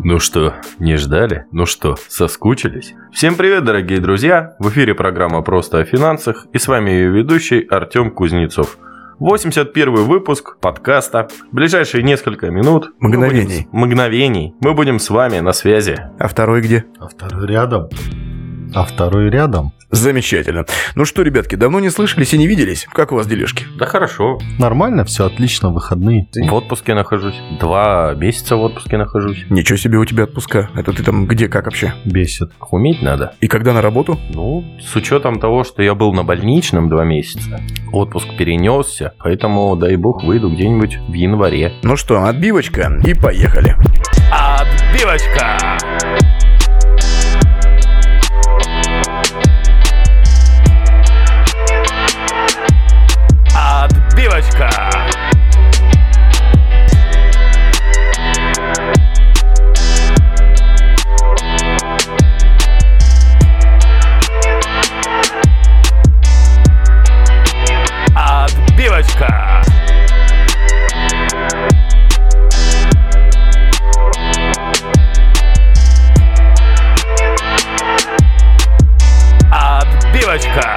Ну что, не ждали? Ну что, соскучились? Всем привет, дорогие друзья! В эфире программа «Просто о финансах» и с вами ее ведущий Артем Кузнецов. 81 выпуск подкаста. В ближайшие несколько минут... Мгновений. Мы будем с вами на связи. А второй где? А второй рядом. Замечательно. Ну что, ребятки, давно не слышались и не виделись. Как у вас делишки? Да хорошо. Нормально, все отлично, выходные. В отпуске нахожусь. 2 месяца в отпуске нахожусь. Ничего себе у тебя отпуска. Это ты там где, как вообще? Бесит. Уметь надо. И когда на работу? Ну, с учетом того, что я был на больничном 2 месяца, отпуск перенесся, поэтому, дай бог, выйду где-нибудь в январе. Ну что, отбивочка и поехали. Отбивочка! Отбивочка! Отбивочка! Отбивочка!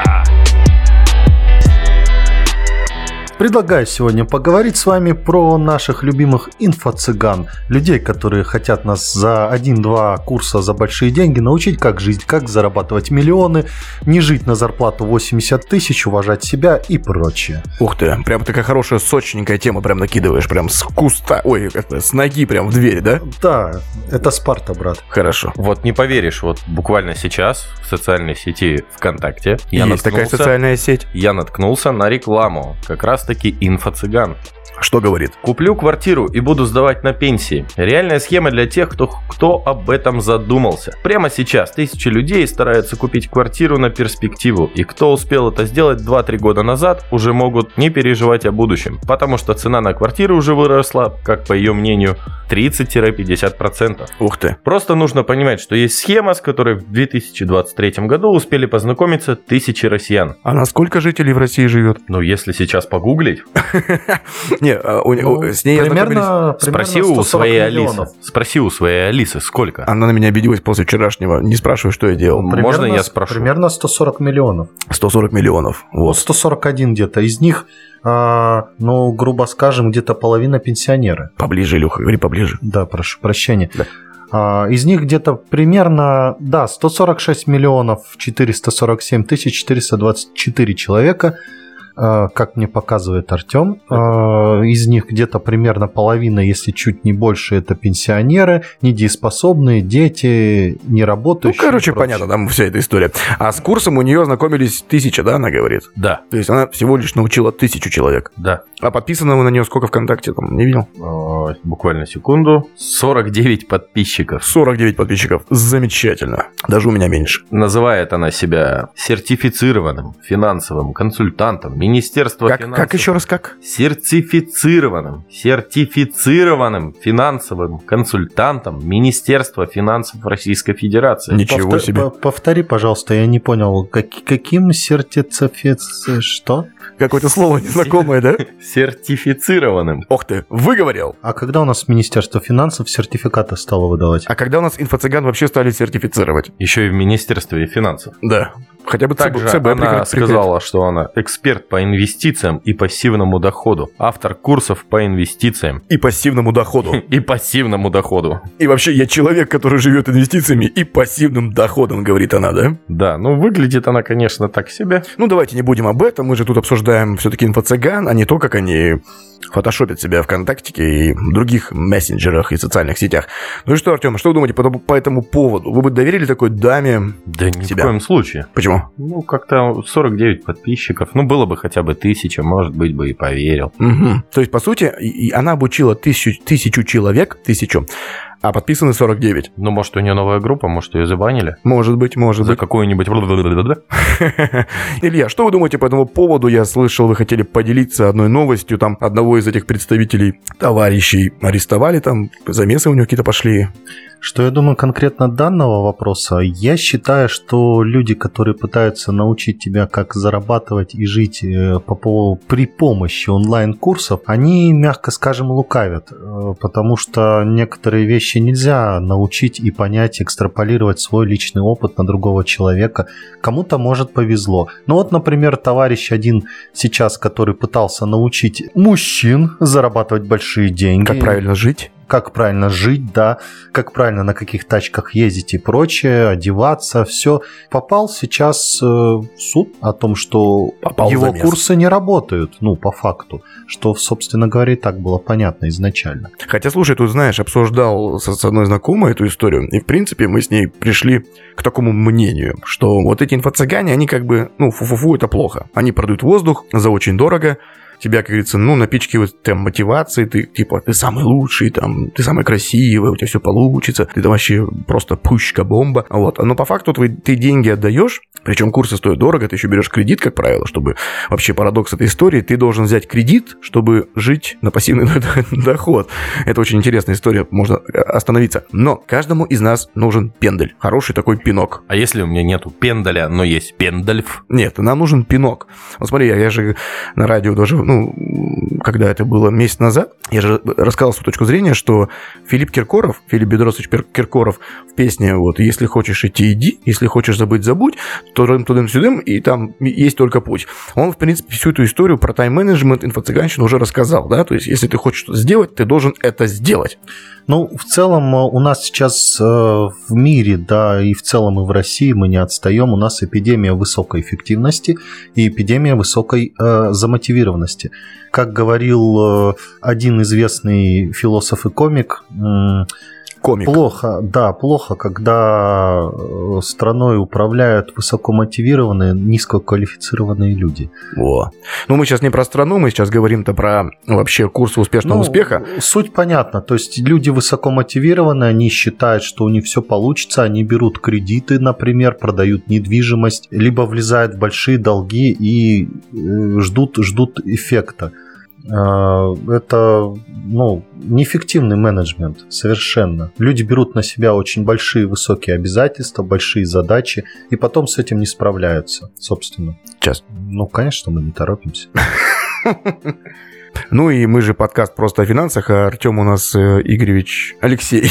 Предлагаю сегодня поговорить с вами про наших любимых инфо-цыган. Людей, которые хотят нас за 1-2 курса за большие деньги научить, как жить, как зарабатывать миллионы, не жить на зарплату 80 тысяч, уважать себя и прочее. Ух ты, прям такая хорошая, сочненькая тема прям накидываешь, прям с куста, с ноги прям в дверь, да? Да, это Спарта, брат. Хорошо. Вот не поверишь, вот буквально сейчас в социальной сети ВКонтакте Есть такая социальная сеть. Я наткнулся на рекламу, как раз-таки инфо-цыган. Что говорит? Куплю квартиру и буду сдавать на пенсии. Реальная схема для тех, кто об этом задумался. Прямо сейчас тысячи людей стараются купить квартиру на перспективу. И кто успел это сделать 2-3 года назад, уже могут не переживать о будущем. Потому что цена на квартиру уже выросла, как по ее мнению, 30-50%. Ух ты. Просто нужно понимать, что есть схема, с которой в 2023 году успели познакомиться тысячи россиян. А на сколько жителей в России живет? Ну, если сейчас погуглить... Не, с ней примерно Спроси у своей Алисы. Спроси у своей Алисы, сколько? Она на меня обиделась после вчерашнего. Не спрашивай, что я делал. Можно я спрошу? Примерно 140 миллионов. 140 миллионов. Вот. 141 где-то. Из них, грубо скажем, где-то половина пенсионеры. Поближе, Илюха, говори поближе. Да, прошу прощения. Да. Из них где-то примерно, 146 миллионов 447 тысяч 424 человека, как мне показывает Артем. Из них где-то примерно половина, если чуть не больше, это пенсионеры, недееспособные, дети, неработающие. Понятно, там вся эта история. А с курсом у нее ознакомились 1000, да, она говорит? Да. То есть она всего лишь научила 1000 человек. Да. А подписано на нее сколько ВКонтакте, там, не видел? Буквально секунду. 49 подписчиков. 49 подписчиков. Замечательно. Даже у меня меньше. Называет она себя сертифицированным финансовым консультантом Министерства финансов. Как еще раз, как? Сертифицированным финансовым консультантом Министерства финансов Российской Федерации. Ничего себе. Повтори, пожалуйста, я не понял. Каким что? Какое-то слово незнакомое, да? Сертифицированным. Ох ты, выговорил. А когда у нас Министерство финансов сертификаты стало выдавать? А когда у нас инфо-цыган вообще стали сертифицировать? Еще и в Министерстве финансов. Да. Хотя бы Также ЦБ она сказала, что она эксперт по инвестициям и пассивному доходу, автор курсов по инвестициям. И пассивному доходу. И пассивному доходу. И вообще я человек, который живет инвестициями и пассивным доходом, говорит она, да? Да, выглядит она, конечно, так себе. Давайте не будем об этом, мы же тут обсуждаем все-таки инфо-цыган, а не то, как они фотошопят себя ВКонтакте и других мессенджерах и социальных сетях. Ну и что, Артем, что вы думаете по этому поводу? Вы бы доверили такой даме Да ни себя? в коем случае. Почему? Как-то 49 подписчиков. Было бы хотя бы 1000, может быть, бы и поверил. Угу. То есть, по сути, она обучила тысячу человек, а подписаны 49. Может, у нее новая группа, может, ее забанили? Может быть. За какую-нибудь... Илья, что вы думаете по этому поводу? Я слышал, вы хотели поделиться одной новостью. Там одного из этих представителей товарищей арестовали, там замесы у него какие-то пошли. Что я думаю конкретно данного вопроса? Я считаю, что люди, которые пытаются научить тебя, как зарабатывать и жить при помощи онлайн-курсов, они, мягко скажем, лукавят, потому что некоторые вещи нельзя научить и понять, экстраполировать свой личный опыт на другого человека. Кому-то, может, повезло. Ну вот, например, товарищ один сейчас, который пытался научить мужчин зарабатывать большие деньги. Как правильно жить? Как правильно жить, да, как правильно на каких тачках ездить и прочее, одеваться, все. Попал сейчас в суд о том, что его курсы не работают, ну, по факту, что, собственно говоря, и так было понятно изначально. Хотя, слушай, тут, знаешь, обсуждал с одной знакомой эту историю, и, в принципе, мы с ней пришли к такому мнению, что вот эти инфо-цыгане, они как бы, ну, фу-фу-фу, это плохо. Они продают воздух за очень дорого, тебя, как говорится, ну, напичкивают там мотивацией, ты, типа, ты самый лучший, там, ты самый красивый, у тебя все получится, ты там вообще просто пушка-бомба, вот. Но по факту ты деньги отдаешь, причем курсы стоят дорого, ты еще берешь кредит, как правило, чтобы вообще парадокс этой истории, ты должен взять кредит, чтобы жить на пассивный доход. Это очень интересная история, можно остановиться. Но каждому из нас нужен пендель, хороший такой пинок. А если у меня нету пенделя, но есть пендальф? Нет, нам нужен пинок. Вот смотри, я же на радио даже, ну, когда это было месяц назад, я же рассказал свою точку зрения, что Филипп Бедросович Киркоров в песне вот «Если хочешь идти, иди, если хочешь забыть, забудь», тудым-сюдым, и там есть только путь. Он, в принципе, всю эту историю про тайм-менеджмент, инфо-цыганщину уже рассказал, да, то есть если ты хочешь что-то сделать, ты должен это сделать. Ну, в целом у нас сейчас в мире, да, и в целом и в России мы не отстаем. У нас эпидемия высокой эффективности и эпидемия высокой замотивированности. Как говорил один известный философ и комик, плохо, когда страной управляют высокомотивированные, низкоквалифицированные люди. Во. Ну, мы сейчас не про страну, мы сейчас говорим-то про вообще курс успешного успеха. Суть понятна. То есть люди высокомотивированные, они считают, что у них все получится, они берут кредиты, например, продают недвижимость, либо влезают в большие долги и ждут эффекта. Это, ну, неэффективный менеджмент совершенно. Люди берут на себя очень большие высокие обязательства, большие задачи, и потом с этим не справляются, собственно. Сейчас. Ну, конечно, мы не торопимся. Ну и мы же подкаст просто о финансах, а Артем у нас Игоревич Алексей.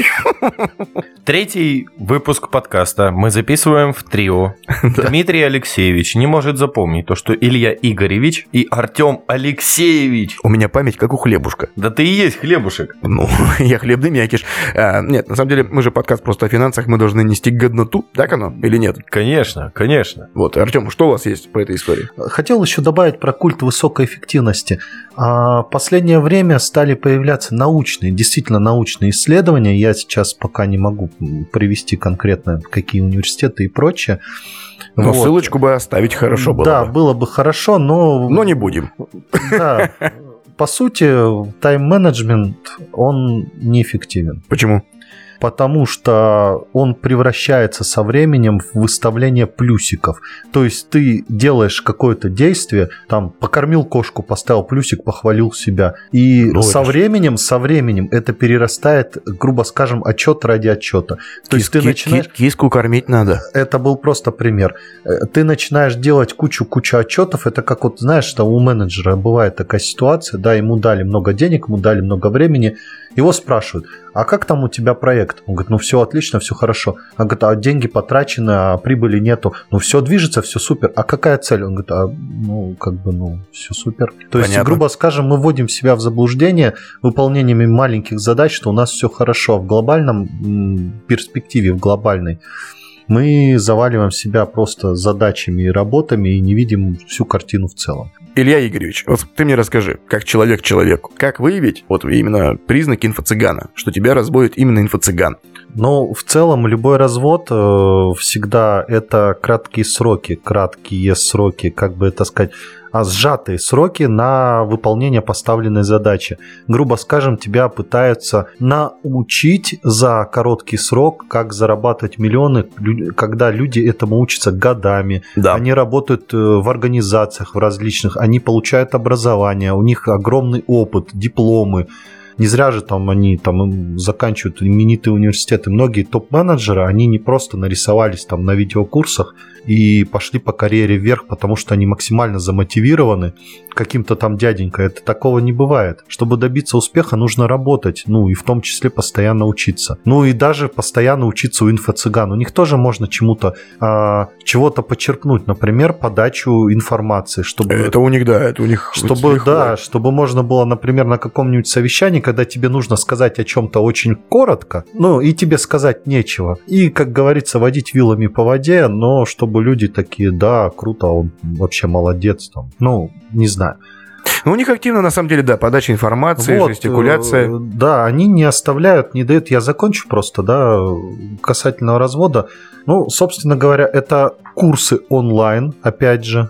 Третий выпуск подкаста мы записываем в трио. Дмитрий Алексеевич не может запомнить то, что Илья Игоревич и Артем Алексеевич. У меня память как у хлебушка. Да ты и есть хлебушек. Ну, я хлебный мякиш. Нет, на самом деле мы же подкаст просто о финансах, мы должны нести годноту, так оно или нет? Конечно, конечно. Вот, Артем, что у вас есть по этой истории? Хотел еще добавить про культ высокой эффективности. Последнее время стали появляться действительно научные исследования. Я сейчас пока не могу привести конкретно какие университеты и прочее. Но вот. Ссылочку бы оставить хорошо было бы. Да, было бы хорошо, но... Но не будем. Да. По сути, тайм-менеджмент, он неэффективен. Почему? Потому что он превращается со временем в выставление плюсиков. То есть ты делаешь какое-то действие, там, покормил кошку, поставил плюсик, похвалил себя. И со временем это перерастает, грубо скажем, отчет ради отчета. То есть ты начинаешь... Киску кормить надо. Это был просто пример. Ты начинаешь делать кучу отчетов. Это как вот, знаешь, что у менеджера бывает такая ситуация, да, ему дали много денег, ему дали много времени, его спрашивают, а как там у тебя проект? Он говорит, ну все отлично, все хорошо. Он говорит, а деньги потрачены, а прибыли нету. Ну все движется, все супер. А какая цель? Он говорит, все супер. То есть, грубо скажем, мы вводим себя в заблуждение выполнениями маленьких задач, что у нас все хорошо. В глобальном перспективе, в глобальной, мы заваливаем себя просто задачами и работами и не видим всю картину в целом. Илья Игоревич, вот ты мне расскажи, как человек человеку, как выявить вот именно признаки инфо-цыгана, что тебя разводит именно инфо-цыган? Ну, в целом, любой развод всегда это краткие сроки, как бы это сказать, сжатые сроки на выполнение поставленной задачи. Грубо скажем, тебя пытаются научить за короткий срок, как зарабатывать миллионы, когда люди этому учатся годами. Да. Они работают в организациях в различных, они получают образование, у них огромный опыт, дипломы. Не зря же там они там заканчивают именитые университеты. Многие топ-менеджеры, они не просто нарисовались там на видеокурсах и пошли по карьере вверх, потому что они максимально замотивированы каким-то там дяденькой. Это такого не бывает. Чтобы добиться успеха, нужно работать, ну и в том числе постоянно учиться. Ну и даже постоянно учиться у инфо-цыган. У них тоже можно чему-то, чего-то почерпнуть. Например, подачу информации. Чтобы, это у них, да, это у них. Чтобы, да, чтобы можно было, например, на каком-нибудь совещании, когда тебе нужно сказать о чем-то очень коротко, ну и тебе сказать нечего. И, как говорится, водить вилами по воде, но чтобы люди такие, да, круто, он вообще молодец. Там. Ну, не знаю. Ну, у них активно, на самом деле, да, подача информации, вот, жестикуляция. Да, они не оставляют, не дают. Я закончу просто, да, касательно развода. Ну, собственно говоря, это курсы онлайн, опять же.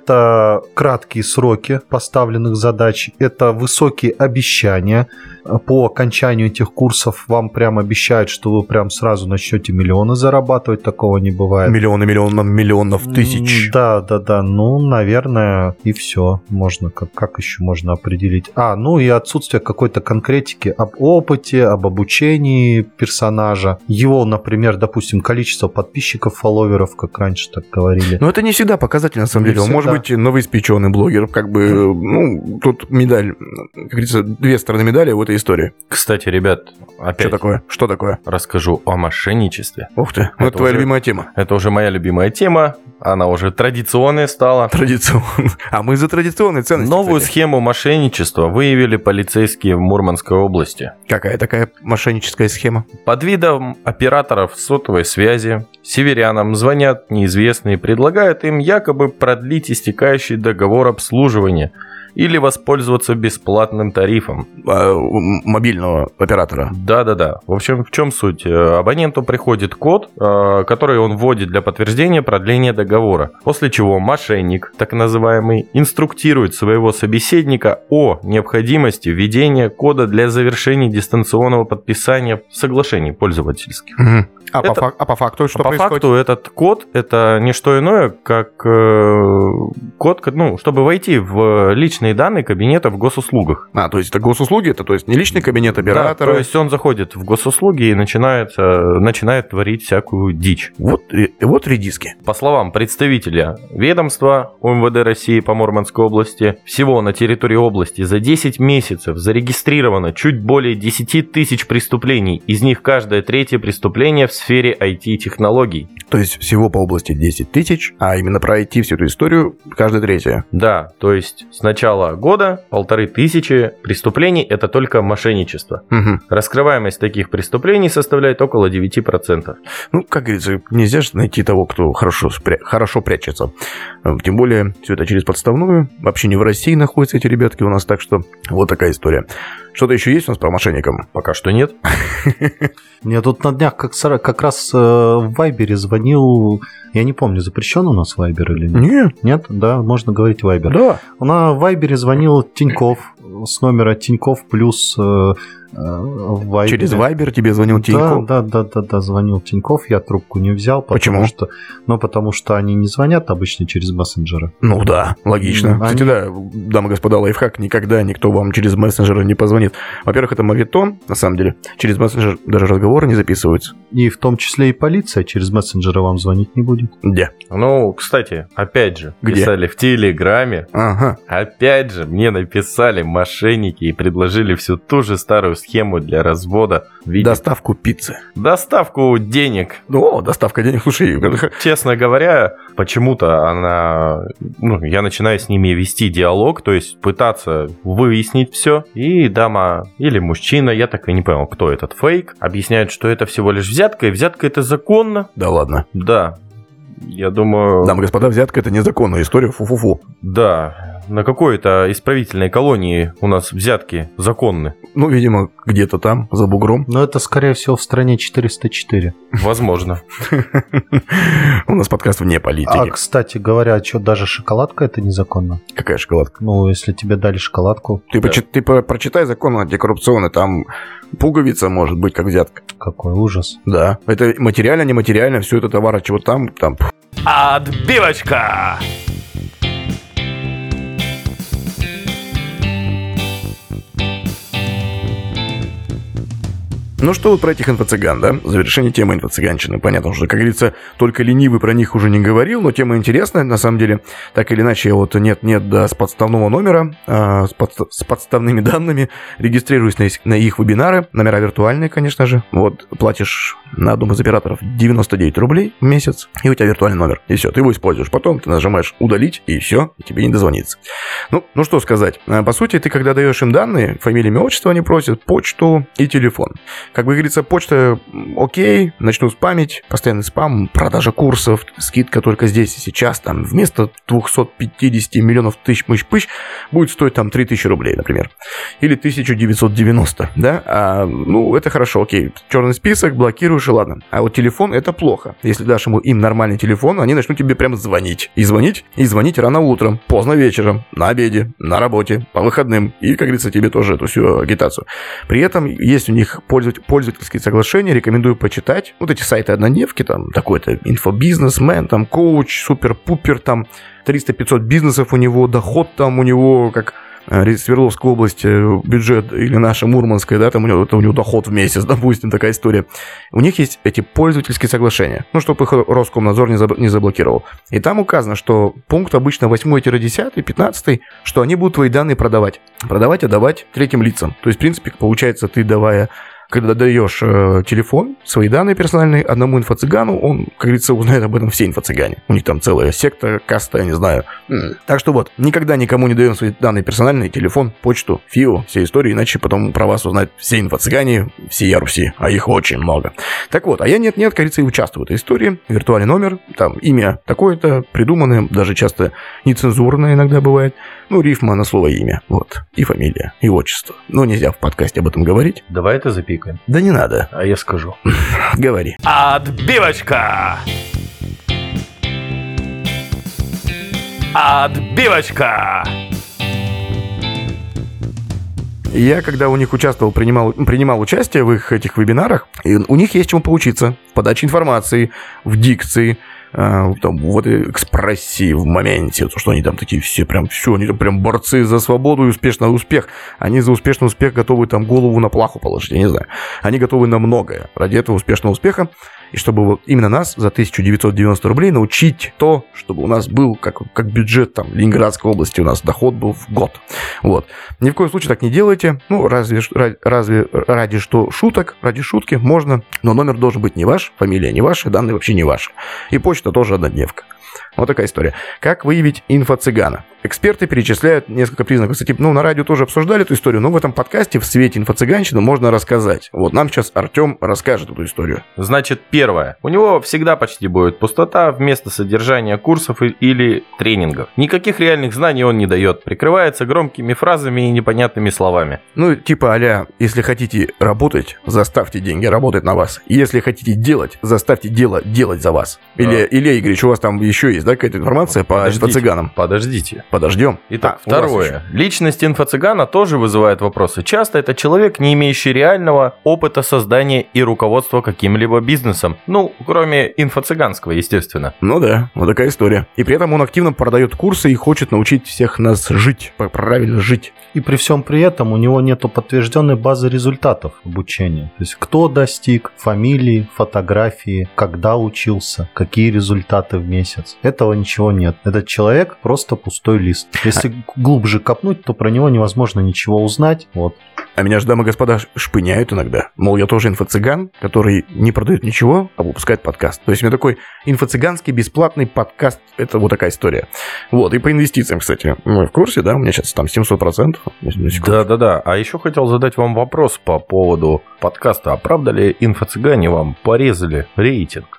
Это краткие сроки поставленных задач. Это высокие обещания. По окончанию этих курсов вам прям обещают, что вы прям сразу начнете миллионы зарабатывать. Такого не бывает. Миллионов тысяч. Да. Ну, наверное, и все. Можно, как еще можно определить? Ну и отсутствие какой-то конкретики об опыте, об обучении персонажа. Его, например, допустим, количество подписчиков, фолловеров, как раньше так говорили. Но это не всегда показатель, на самом деле. Он может быть новоиспеченный блогер, как бы, ну, тут медаль, как говорится, две стороны медали в этой истории. Кстати, ребят, опять... Что такое? Расскажу о мошенничестве. Ух ты, это твоя любимая тема. Это уже моя любимая тема, она уже традиционная стала. Традиционная. А мы за традиционные ценности. Новую схему мошенничества выявили полицейские в Мурманской области. Какая такая мошенническая схема? Под видом операторов сотовой связи северянам звонят неизвестные и предлагают им якобы продлить истекающий договор обслуживания или воспользоваться бесплатным тарифом. Мобильного оператора. Да. В общем, в чем суть? Абоненту приходит код, который он вводит для подтверждения продления договора. После чего мошенник, так называемый, инструктирует своего собеседника о необходимости введения кода для завершения дистанционного подписания соглашений пользовательских. Угу. По факту что происходит? По факту этот код – это не что иное, как код, ну, чтобы войти в личные данные кабинета в госуслугах. То есть это госуслуги, это то есть не личный кабинет оператора? Да, то есть он заходит в госуслуги и начинает творить всякую дичь. Вот редиски. По словам представителя ведомства УМВД России по Мурманской области, всего на территории области за 10 месяцев зарегистрировано чуть более 10 тысяч преступлений. Из них каждое третье преступление в сфере IT-технологий. То есть всего по области 10 тысяч, а именно про IT всю эту историю каждое третье. Да, то есть с начала года 1500 преступлений – это только мошенничество. Угу. Раскрываемость таких преступлений составляет около 9%. Ну, как говорится, нельзя же найти того, кто хорошо прячется. Тем более, все это через подставную. Вообще не в России находятся эти ребятки у нас, так что вот такая история. Что-то еще есть у нас про мошенников? Пока что нет. Мне тут на днях как раз в Вайбере звонил... Я не помню, запрещен у нас Вайбер или нет? Нет. Нет? Да, можно говорить Вайбер. Да. У нас в Вайбере звонил Тинькофф с номера Тинькофф плюс... в Через Вайбер тебе звонил Тинькофф? Да, звонил Тинькофф, я трубку не взял. Почему? Потому что они не звонят обычно через мессенджеры. Ну да, логично. Кстати, да, дамы и господа, лайфхак, никогда никто вам через мессенджеры не позвонит. Во-первых, это моветон, на самом деле. Через мессенджер даже разговоры не записываются. И в том числе и полиция через мессенджеры вам звонить не будет. Где? Ну, кстати, опять же, Где? писали в Телеграме. Ага. Опять же, мне написали мошенники и предложили всю ту же старую схему для развода. Доставку пиццы. Доставку денег. Доставка денег. Слушай, честно говоря, почему-то я начинаю с ними вести диалог, то есть пытаться выяснить все. И дама или мужчина, я так и не понял, кто этот фейк, объясняет, что это всего лишь взятка, и взятка это законно. Да ладно. Да. Я думаю... Дамы и господа, взятка это незаконная история, фу-фу-фу. Да. На какой-то исправительной колонии у нас взятки законны. Ну, видимо, где-то там, за бугром. Но это, скорее всего, в стране 404. Возможно. У нас подкаст вне политики. Кстати говоря, что даже шоколадка это незаконно? Какая шоколадка? Ну, если тебе дали шоколадку. Ты прочитай закон антикоррупционный, там пуговица может быть как взятка. Какой ужас. Да. Это материально, нематериально, все это товар, чего там. Отбивочка! Ну что вот про этих инфо-цыган, да? Завершение темы инфо-цыганщины. Понятно, что, как говорится, только ленивый про них уже не говорил, но тема интересная, на самом деле. Так или иначе, вот нет-нет, да, с подставного номера, с подставными данными, регистрируюсь на их вебинары, номера виртуальные, конечно же. Вот, платишь на одном из операторов 99 рублей в месяц, и у тебя виртуальный номер. И все, ты его используешь. Потом ты нажимаешь «удалить», и все, и тебе не дозвониться. Ну что сказать. По сути, ты когда даешь им данные, фамилия, имя, отчество они просят, почту и телефон. Как бы говорится, почта окей, начну спамить, постоянный спам, продажа курсов, скидка только здесь и сейчас, там, вместо 250 миллионов тысяч мыш-пыщ будет стоить там 3000 рублей, например. Или 1990, да? Это хорошо, окей. Черный список, блокируешь, и ладно. А вот телефон — это плохо. Если дашь им нормальный телефон, они начнут тебе прямо звонить. И звонить рано утром, поздно вечером, на обеде, на работе, по выходным. И, как говорится, тебе тоже эту всю агитацию. При этом есть у них пользовательские соглашения, рекомендую почитать. Вот эти сайты-однодневки, там, такой-то инфобизнесмен, там, коуч, супер-пупер, там, 300-500 бизнесов у него, доход там у него, как Свердловская область, бюджет, или наша Мурманская, да, там у него доход в месяц, допустим, такая история. У них есть эти пользовательские соглашения, чтобы их Роскомнадзор не заблокировал. И там указано, что пункт обычно 8-10, 15, что они будут твои данные продавать, отдавать третьим лицам. То есть, в принципе, получается, ты когда даешь телефон, свои данные персональные одному инфо-цыгану, он, как говорится, узнает об этом все инфо-цыгане. У них там целая секта, каста, я не знаю. Так что вот, никогда никому не даем свои данные персональные, телефон, почту, ФИО, все истории, иначе потом про вас узнают все инфо-цыгане, все Руси, а их очень много. Так вот, а я нет-нет, как говорится, и участвую в этой истории. Виртуальный номер, там имя такое-то, придуманное, даже часто нецензурное иногда бывает. Рифма на слово имя, вот, и фамилия, и отчество. Но нельзя в подкасте об этом говорить. Давай это запикаем. Да не надо. А я скажу. Говори. Отбивочка! Отбивочка! Я, когда у них участвовал, принимал участие в их этих вебинарах, и у них есть чему поучиться в подаче информации, в дикции, в этой экспрессии, в моменте, то, что они там такие все, они там прям борцы за свободу и успешный успех. Они за успешный успех готовы там голову на плаху положить, я не знаю. Они готовы на многое ради этого успешного успеха. И чтобы вот именно нас за 1990 рублей научить то, чтобы у нас был как бюджет там Ленинградской области, у нас доход был в год. Вот. Ни в коем случае так не делайте. Разве ради шуток, ради шутки можно, но номер должен быть не ваш, фамилия не ваша, данные вообще не ваши. И почта тоже однодневка. Вот такая история. Как выявить инфо-цыгана? Эксперты перечисляют несколько признаков. Кстати, на радио тоже обсуждали эту историю, но в этом подкасте в свете инфо-цыганщины можно рассказать. Вот нам сейчас Артем расскажет эту историю. Значит, первое. У него всегда почти будет пустота вместо содержания курсов или тренингов. Никаких реальных знаний он не дает. Прикрывается громкими фразами и непонятными словами. Типа а-ля, если хотите работать, заставьте деньги работать на вас. Если хотите делать, заставьте дело делать за вас. Или, Илья Игоревич, у вас там еще есть, да, какая-то информация по инфо-цыганам? Подождите. Подождем. Итак, второе. Личность инфо-цыгана тоже вызывает вопросы. Часто это человек, не имеющий реального опыта создания и руководства каким-либо бизнесом. Кроме инфо-цыганского, естественно. Да, вот такая история. И при этом он активно продает курсы и хочет научить всех нас жить, правильно жить. И при всем при этом у него нету подтвержденной базы результатов обучения. То есть кто достиг, фамилии, фотографии, когда учился, какие результаты в месяц. Этого ничего нет. Этот человек просто пустой лист. Если глубже копнуть, то про него невозможно ничего узнать. Вот. А меня же, дамы и господа, шпыняют иногда. Мол, я тоже инфо-цыган, который не продает ничего, а выпускает подкаст. То есть у меня такой инфо-цыганский бесплатный подкаст. Это вот такая история. Вот, и по инвестициям, кстати. В курсе, да? У меня сейчас там 700%. Да. А еще хотел задать вам вопрос по поводу подкаста. А правда ли инфо-цыгане вам порезали рейтинг?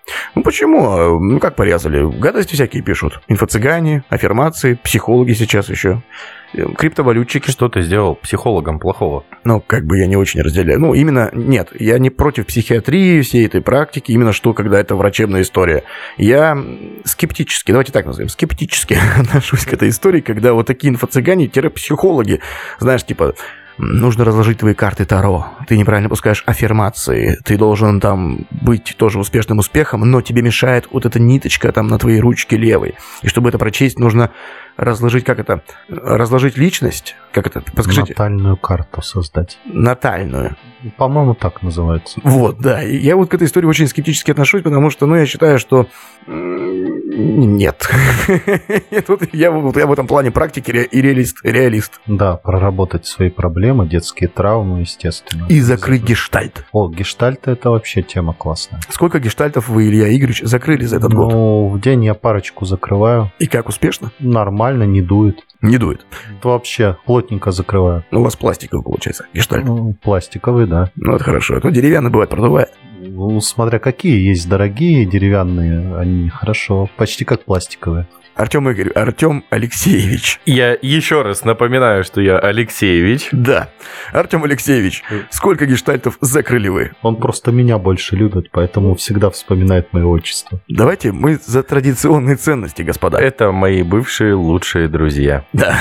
Почему? Как порезали? Гадости всякие пишут. Инфо-цыгане, аффирмации, психологи сейчас еще. Криптовалютчики. Что ты сделал психологом плохого? Я не очень разделяю. Нет, я не против психиатрии, всей этой практики, именно что, когда это врачебная история. Я скептически, давайте так назовем, скептически отношусь к этой истории, когда вот такие инфо-цыгане-психологи, знаешь, типа, нужно разложить твои карты Таро, ты неправильно пускаешь аффирмации, ты должен там быть тоже успешным успехом, но тебе мешает вот эта ниточка там на твоей ручке левой. И чтобы это прочесть, нужно разложить, разложить личность, подскажите? Натальную карту создать. Натальную. По-моему, так называется. Вот, да. И я вот к этой истории очень скептически отношусь, потому что, я считаю, что нет. Я в этом плане практик и реалист. Да, проработать свои проблемы, детские травмы, естественно. И закрыть гештальт. Гештальт — это вообще тема классная. Сколько гештальтов вы, Илья Игоревич, закрыли за этот год? В день я парочку закрываю. И как, успешно? Нормально, не дует. Не дует. Вообще плотненько закрываю. У вас пластиковый получается гештальт. Пластиковый, да. Это хорошо. Деревянный бывает, продувает. Смотря какие. Есть дорогие деревянные, они хорошо. Почти как пластиковые. Артем Алексеевич. Я еще раз напоминаю, что я Алексеевич. Да. Артем Алексеевич, сколько гештальтов закрыли вы? Он просто меня больше любит, поэтому всегда вспоминает мое отчество. Давайте мы за традиционные ценности, господа. Это мои бывшие лучшие друзья. Да.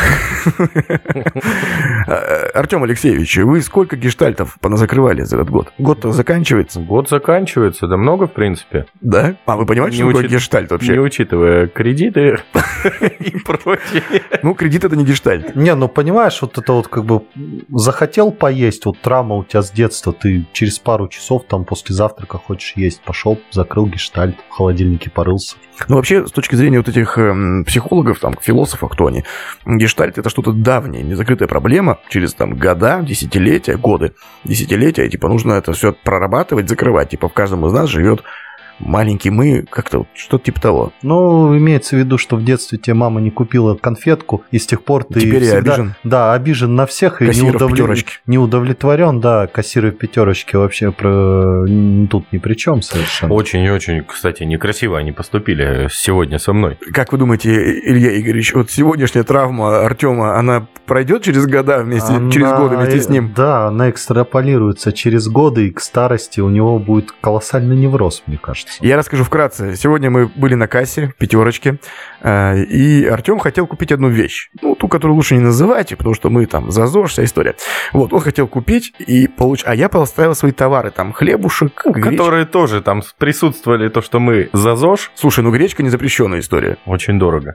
Артем Алексеевич, вы сколько гештальтов поназакрывали за этот год? Год-то заканчивается? Год заканчивается, да много, в принципе. Да? Вы понимаете, что такое гештальт вообще? Не учитывая кредиты и прочее. Кредит — это не гештальт. Понимаешь, вот это вот как бы захотел поесть, вот травма у тебя с детства, ты через пару часов там после завтрака хочешь есть, пошел, закрыл гештальт, в холодильнике порылся. Вообще, с точки зрения вот этих психологов, философов, кто они, гештальт — это что-то давнее, незакрытая проблема, через года, десятилетия, годы, десятилетия, нужно это все прорабатывать, закрывать, в каждом из нас живет маленький мы, как-то что-то типа того. Имеется в виду, что в детстве тебе мама не купила конфетку, и с тех пор ты теперь всегда... обижен. Да, обижен на всех и не удовлетворен, да, кассиры в пятерочке вообще тут ни при чем совершенно. Очень и очень, кстати, некрасиво они поступили сегодня со мной. Как вы думаете, Илья Игоревич, вот сегодняшняя травма Артема, она пройдет через годы вместе с ним? Да, она экстраполируется через годы, и к старости у него будет колоссальный невроз, мне кажется. Я расскажу вкратце. Сегодня мы были на кассе, пятерочке, и Артем хотел купить одну вещь. Ту, которую лучше не называйте, потому что мы за ЗОЖ, вся история. Он хотел купить, а я поставил свои товары, хлебушек, которые тоже там присутствовали, то, что мы за ЗОЖ. Слушай, гречка не запрещенная история. Очень дорого.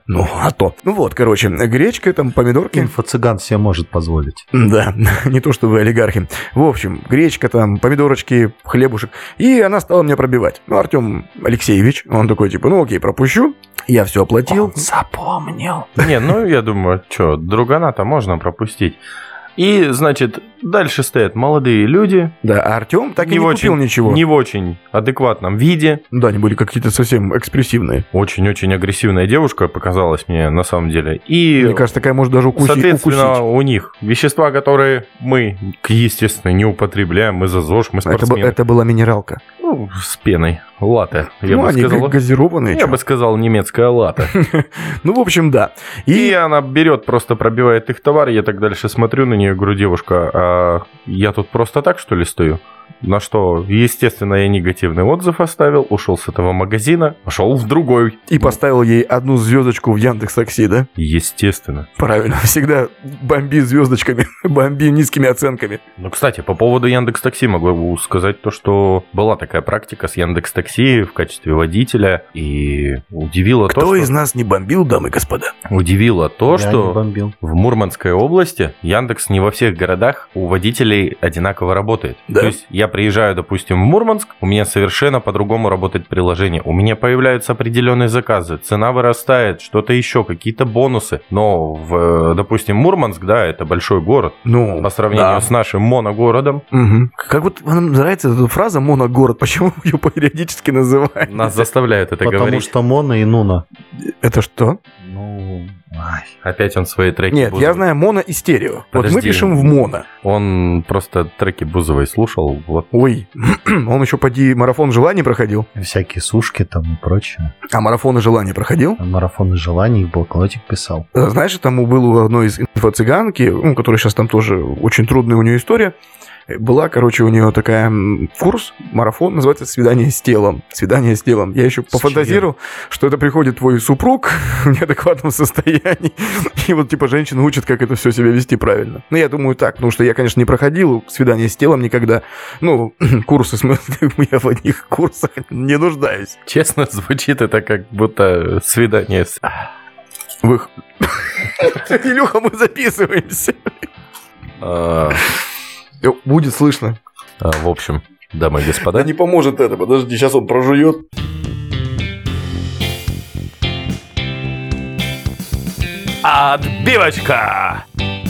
Гречка, помидорки. Инфо-цыган себе может позволить. Да, не то, что вы олигархи. В общем, гречка, помидорочки, хлебушек. И она стала меня пробивать. Артем Алексеевич, он такой, окей, пропущу. Я все оплатил. Он запомнил. Я думаю, другана-то можно пропустить. И, значит, дальше стоят молодые люди. Да, а Артем так и не купил ничего. Не в очень адекватном виде. Да, они были какие-то совсем экспрессивные. Очень-очень агрессивная девушка показалась мне на самом деле. И, мне кажется, такая может даже укусить. Соответственно, у них вещества, которые мы, естественно, не употребляем. Мы за ЗОЖ, мы спортсмены. Это была минералка. С пеной. Латте. Я бы сказал, газированные. Я бы сказал, немецкая латте. В общем, да. И она берет, просто пробивает их товар. Я так дальше смотрю на нее, говорю, девушка, а я тут просто так, что ли, стою? На что, естественно, я негативный отзыв оставил, ушел с этого магазина, пошел в другой. И поставил ей 1 звездочку в Яндекс.Такси, да? Естественно. Правильно, всегда бомби звездочками, бомби низкими оценками. Кстати, по поводу Яндекс.Такси могу сказать то, что была такая практика с Яндекс.Такси в качестве водителя, и удивило Кто из нас не бомбил, дамы и господа? Удивило то, Я что не бомбил. В Мурманской области Яндекс не во всех городах у водителей одинаково работает. Да? То есть я приезжаю, допустим, в Мурманск, у меня совершенно по-другому работает приложение. У меня появляются определенные заказы, цена вырастает, что-то еще, какие-то бонусы. Но, допустим, Мурманск, да, это большой город. По сравнению с нашим моногородом. Угу. Как вам нравится эта фраза «моногород»? Почему ее периодически называют? Нас заставляют это говорить. Потому что моно и нуна. Это что? Опять он свои треки Нет, Бузовой. Я знаю моно и стерео. Подожди, мы пишем в моно. Он просто треки Бузовой слушал. Ой, он еще поди марафон желаний проходил. Всякие сушки там и прочее. А марафоны желаний проходил? Марафоны желаний в блокнотик писал. Знаешь, там был у одной из инфо-цыганки, которая сейчас там тоже очень трудная у нее история. Была, короче, у нее такая курс, марафон, называется «Свидание с телом». «Свидание с телом». Я еще пофантазировал, что это приходит твой супруг в неадекватном состоянии, и вот, типа, женщина учит, как это все себя вести правильно. Ну, я думаю так, потому что я, конечно, не проходил «Свидание с телом» никогда. Ну, курсы, в смысле, я в одних курсах не нуждаюсь. Честно, звучит это как будто свидание с... Илюха, мы записываемся. Будет слышно. В общем, дамы и господа. Да не поможет это, подожди, сейчас он прожует. Отбивочка!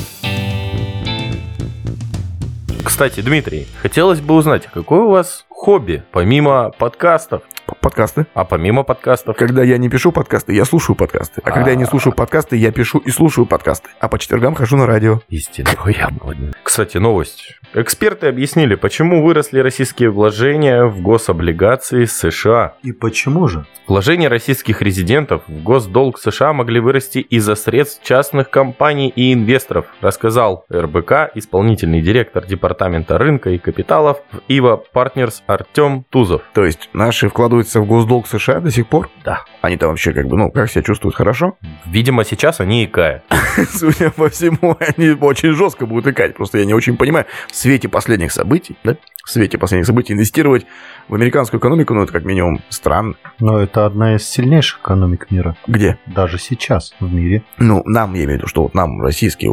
Кстати, Дмитрий, хотелось бы узнать, какое у вас хобби, помимо подкастов? Подкасты. А помимо подкастов? Когда я не пишу подкасты, я слушаю подкасты. А когда я не слушаю подкасты, я пишу и слушаю подкасты. А по четвергам хожу на радио. Истинно. Кстати, новость. Эксперты объяснили, почему выросли российские вложения в гособлигации США. И почему же? Вложения российских резидентов в госдолг США могли вырасти из-за средств частных компаний и инвесторов, рассказал РБК исполнительный директор департамента рынка и капиталов в Ива Partners Артем Тузов. То есть наши вкладываются в госдолг США до сих пор? Да. Они там вообще как бы, как себя чувствуют, хорошо? Видимо, сейчас они икают. Судя по всему, они очень жестко будут икать. Просто я не очень понимаю, в свете последних событий, инвестировать в американскую экономику, это как минимум странно. Но это одна из сильнейших экономик мира. Где? Даже сейчас в мире. Нам, я имею в виду, что нам, российские,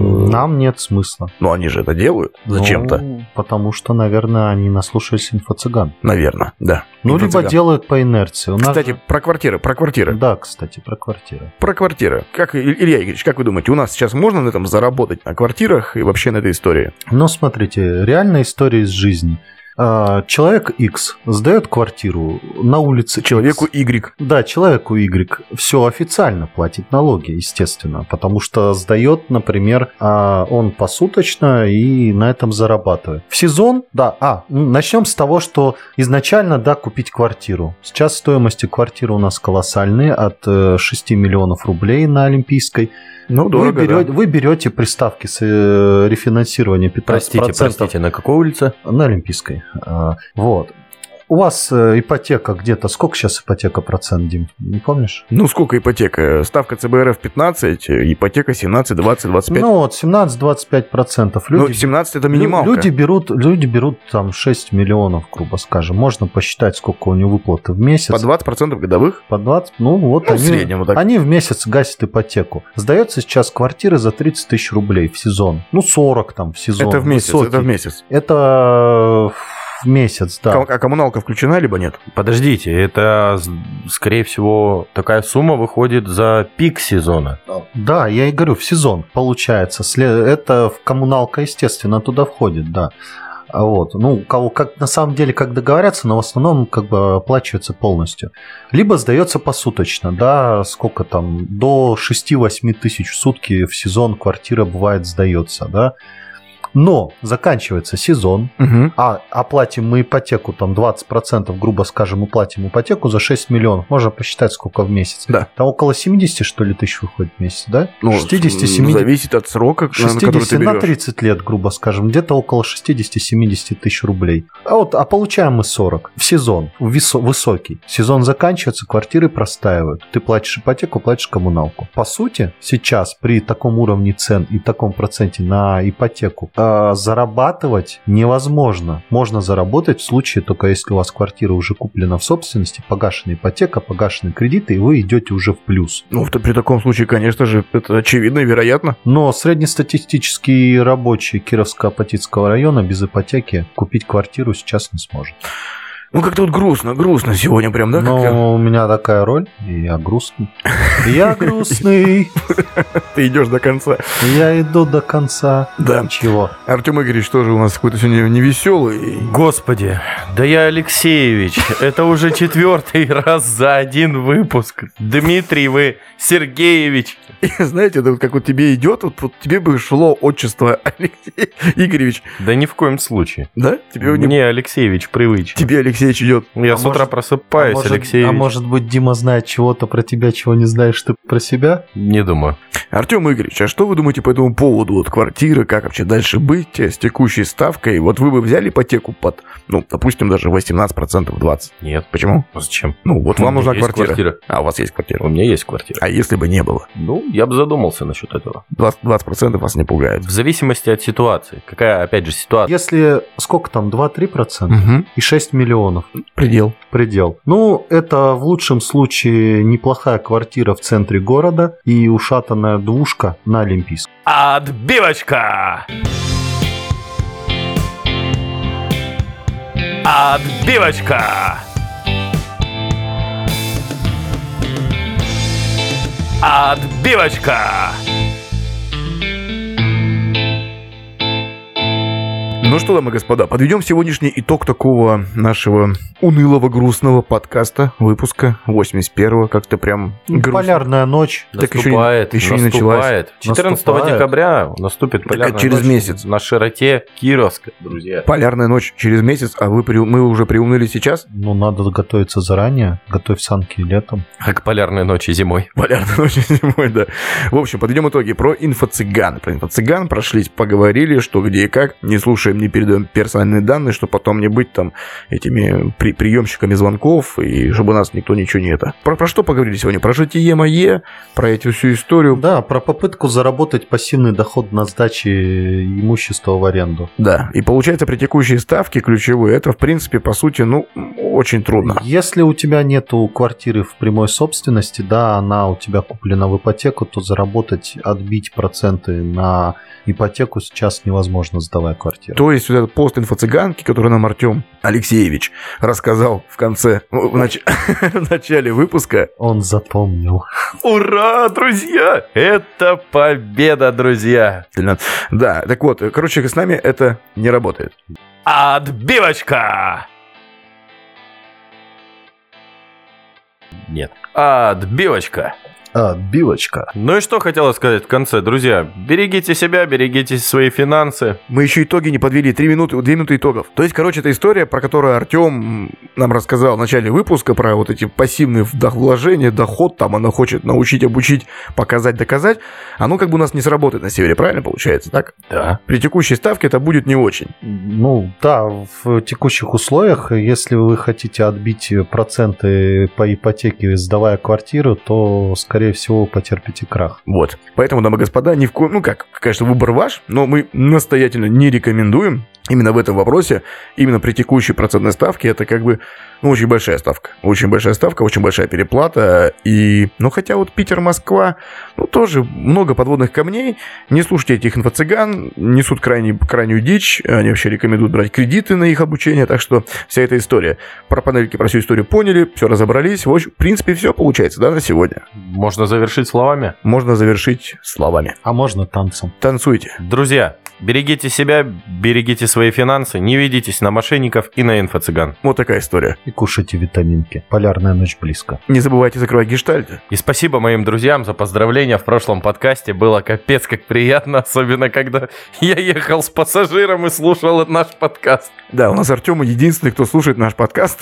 Нам нет смысла. Но они же это делают зачем-то. Потому что, наверное, они наслушались инфо-цыган. Наверное, да. Либо делают по инерции. Кстати, про квартиры. Да, кстати, про квартиры. Про квартиры. Илья Игоревич, как вы думаете, у нас сейчас можно на этом заработать, на квартирах и вообще на этой истории? Смотрите, реальная история из жизни. Человек X сдает квартиру на улице Человеку X. Y. Да, человеку Y. Все официально платит налоги, естественно, потому что сдает, например, он посуточно и на этом зарабатывает. В сезон, начнем с того, что изначально, купить квартиру. Сейчас стоимости квартиры у нас колоссальные, от 6 миллионов рублей на Олимпийской. Дорого, вы берете приставки с рефинансирования 15%. Простите, на какой улице? На Олимпийской. Вот. У вас ипотека где-то... Сколько сейчас ипотека процент, Дим? Не помнишь? Сколько ипотека? Ставка ЦБРФ 15, ипотека 17, 20, 25. 17-25%. 17 это минималка. Люди берут там 6 миллионов, грубо скажем. Можно посчитать, сколько у него выплаты в месяц. По 20% годовых? По 20, в среднем вот так. Они в месяц гасят ипотеку. Сдается сейчас квартира за 30 тысяч рублей в сезон. 40 там в сезон. Это в месяц, Это в месяц, да. А коммуналка включена, либо нет? Подождите, это, скорее всего, такая сумма выходит за пик сезона. Да, я и говорю, в сезон получается. Это коммуналка, естественно, туда входит, да. Вот. У кого как на самом деле как договорятся, но в основном как бы оплачивается полностью. Либо сдается посуточно, сколько там, до 6-8 тысяч в сутки в сезон квартира бывает сдается, да. Но заканчивается сезон, а оплатим мы ипотеку, там 20%, грубо скажем, уплатим ипотеку за 6 миллионов. Можно посчитать, сколько в месяц. Да. Там около 70, что ли, тысяч выходит в месяц, да? 60-70. Зависит от срока, на который ты берешь. На 30 лет, грубо скажем, где-то около 60-70 тысяч рублей. А получаем мы 40 в сезон, высокий. Сезон заканчивается, квартиры простаивают. Ты платишь ипотеку, платишь коммуналку. По сути, сейчас при таком уровне цен и таком проценте на ипотеку зарабатывать невозможно. Можно заработать в случае только если у вас квартира уже куплена в собственности, погашена ипотека, погашены кредиты, и вы идете уже в плюс. При таком случае, конечно же, это очевидно и вероятно. Но среднестатистический рабочий Кировско-Апатитского района без ипотеки купить квартиру сейчас не сможет. Как-то грустно сегодня прям, да? У меня такая роль, и я грустный. Я грустный. Ты идешь до конца. Я иду до конца. Да. Чего? Артем Игоревич тоже у нас какой-то сегодня невеселый. Господи, да я Алексеевич. Это уже 4-й раз за один выпуск. Дмитрий, вы Сергеевич. И знаете, это как тебе идет, тебе бы шло отчество Алексей Игоревич. Да ни в коем случае. Да? Мне Алексеевич привычно. Тебе Алексеевич Алексеевич идет. Я с утра просыпаюсь, Алексей. А может быть, Дима знает чего-то про тебя, чего не знаешь ты про себя? Не думаю. Артем Игоревич, а что вы думаете по этому поводу? Вот квартиры, как вообще дальше быть с текущей ставкой? Вот вы бы взяли ипотеку под, допустим, даже 18%, 20%? Нет. Почему? Зачем? Вот вам нужна есть квартира. А, у вас есть квартира. У меня есть квартира. А если бы не было? Я бы задумался насчет этого. 20% вас не пугает. В зависимости от ситуации. Какая, опять же, ситуация? Если сколько там, 2-3% Угу. и 6 миллионов. Предел. Это в лучшем случае неплохая квартира в центре города и ушатанная двушка на Олимпийском. Отбивочка! Отбивочка! Отбивочка! Ну что, дамы и господа, подведем сегодняшний итог такого нашего унылого, грустного подкаста, выпуска 81-го, как-то прям грустно. Полярная ночь. Так Наступает, еще не началась. 14 декабря наступит полярная через ночь месяц. на широте Кировска, друзья. Полярная ночь через месяц, а мы уже приуныли сейчас? Надо готовиться заранее. Готовь санки летом. Как полярной ночи зимой. Полярная ночь зимой, да. В общем, подведем итоги про инфо-цыган. Про инфо-цыган прошлись, поговорили, что, где и как. Не слушаем, не передаем персональные данные, чтобы потом не быть там этими приемщиками звонков, и чтобы нас никто ничего не это. Про что поговорили сегодня? Про житие мое, про эту всю историю. Да, про попытку заработать пассивный доход на сдаче имущества в аренду. Да, и получается при текущей ставке ключевой, это в принципе по сути, очень трудно. Если у тебя нету квартиры в прямой собственности, да, она у тебя куплена в ипотеку, то заработать, отбить проценты на ипотеку сейчас невозможно, сдавая квартиру. То есть вот этот пост инфо-цыганки, который нам Артем Алексеевич рассказал в конце, в начале выпуска. Он запомнил. Ура, друзья! Это победа, друзья! Да, так вот, короче, с нами это не работает. Отбивочка! Нет. Отбивочка. Отбивочка. Ну и что хотела сказать в конце, друзья? Берегите себя, берегите свои финансы. Мы еще итоги не подвели. 2 минуты итогов. То есть, короче, это история, про которую Артем нам рассказал в начале выпуска, про вот эти пассивные вложения, доход, там она хочет научить, обучить, показать, доказать. Оно как бы у нас не сработает на севере, правильно получается, так? Да. При текущей ставке это будет не очень. Да, в текущих условиях, если вы хотите отбить проценты по ипотеке, сдавая квартиру, то, скорее всего, потерпите крах. Вот. Поэтому, дамы и господа, ни в коем... конечно, выбор ваш, но мы настоятельно не рекомендуем именно в этом вопросе, именно при текущей процентной ставке, это как бы, очень большая ставка. Очень большая ставка, очень большая переплата. И, хотя вот Питер, Москва, тоже много подводных камней. Не слушайте этих инфо-цыган, несут крайнюю дичь. Они вообще рекомендуют брать кредиты на их обучение. Так что вся эта история. Про панельки, про всю историю поняли, все разобрались. В общем, в принципе, все получается, да, на сегодня? Можно завершить словами? Можно завершить словами. А можно танцем. Танцуйте. Друзья, берегите себя, берегите свои финансы, не ведитесь на мошенников и на инфо-цыган. Вот такая история. И кушайте витаминки. Полярная ночь близко. Не забывайте закрывать гештальты. И спасибо моим друзьям за поздравления в прошлом подкасте. Было капец как приятно, особенно когда я ехал с пассажиром и слушал наш подкаст. Да, у нас Артем единственный, кто слушает наш подкаст.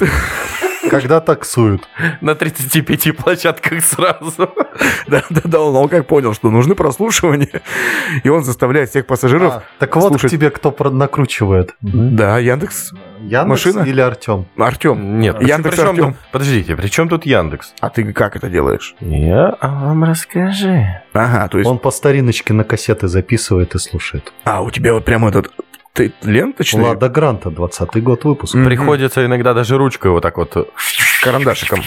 Когда таксуют. На 35 площадках сразу. Да, он как понял, что нужны прослушивания, и он заставляет всех пассажиров так вот слушать. к тебе кто накручивает. Да, Яндекс. Яндекс Машина? или Артем? Артем. Нет, Яндекс причем Артем. тут- Подождите, при чем тут Яндекс? А ты как это делаешь? Я вам расскажи. Ага, то есть... Он по стариночке на кассеты записывает и слушает. у тебя вот прямо этот... Ты ленточный? Лада Гранта, 20-й год выпуска. Мгм. Приходится иногда даже ручкой вот так вот Карандашиком.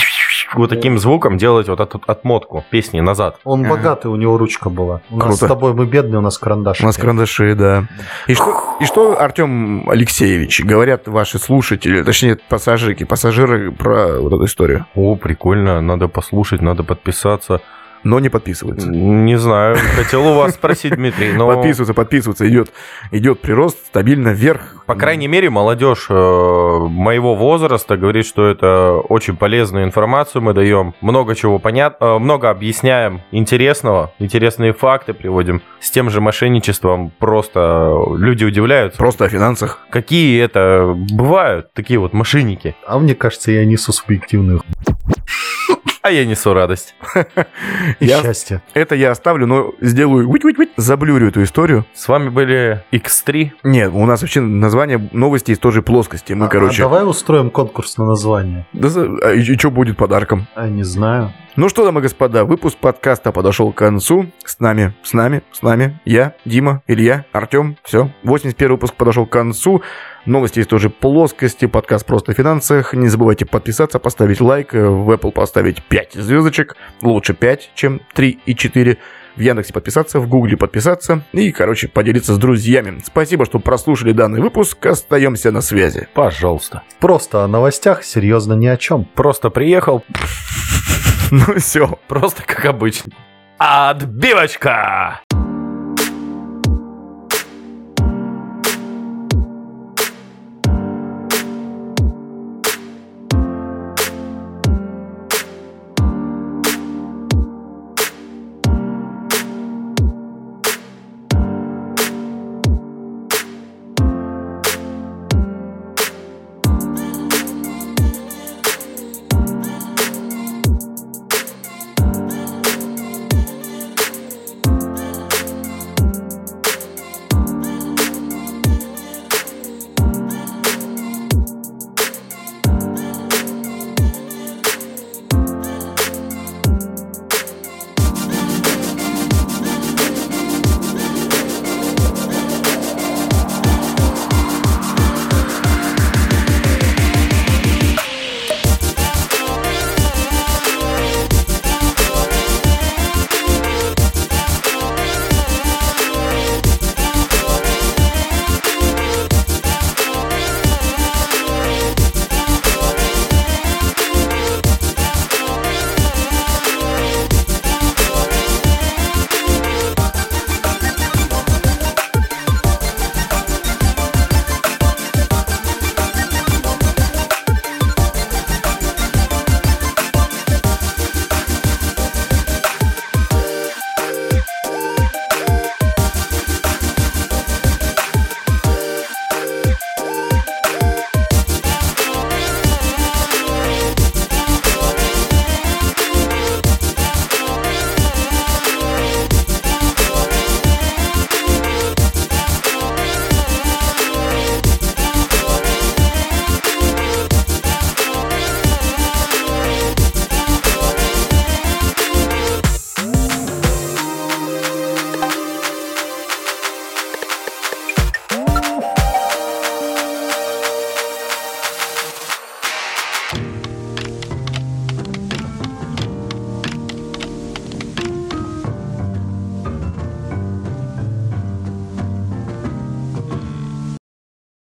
вот таким звуком делать вот эту отмотку песни назад. Он Ага. богатый, у него ручка была. У нас Круто. с тобой мы бедные, у нас карандаш. У нас карандаши, да. И что, Артем Алексеевич, говорят ваши слушатели, точнее, пассажиры про вот эту историю? О, прикольно, надо послушать, надо подписаться. но не подписываются. Не знаю, хотел у вас спросить, Дмитрий, но... Подписываются, идет прирост стабильно вверх. По крайней мере, молодежь моего возраста говорит, что это очень полезную информацию мы даем, много чего понятно, много объясняем интересного, интересные факты приводим. С тем же мошенничеством просто люди удивляются. Просто о финансах. Какие это бывают такие вот мошенники? А мне кажется, я несу субъективную А я несу радость. счастье. Это я оставлю, но сделаю заблюрю эту историю. С вами были X3. Нет, у нас вообще название новости из той же плоскости. Мы, давай устроим конкурс на название. И что будет подарком? Не знаю. Ну что, дамы и господа, выпуск подкаста подошел к концу. С нами я, Дима, Илья, Артем. Все, 81 выпуск подошел к концу. Новости из той же плоскости, подкаст «Просто о финансах». Не забывайте подписаться, поставить лайк, в Apple поставить 5 звездочек. Лучше 5, чем 3 и 4. В Яндексе подписаться, в Гугле подписаться и, поделиться с друзьями. Спасибо, что прослушали данный выпуск. Остаемся на связи. Пожалуйста. Просто о новостях, серьезно ни о чем. Просто приехал. Ну все. Просто как обычно. Отбивочка!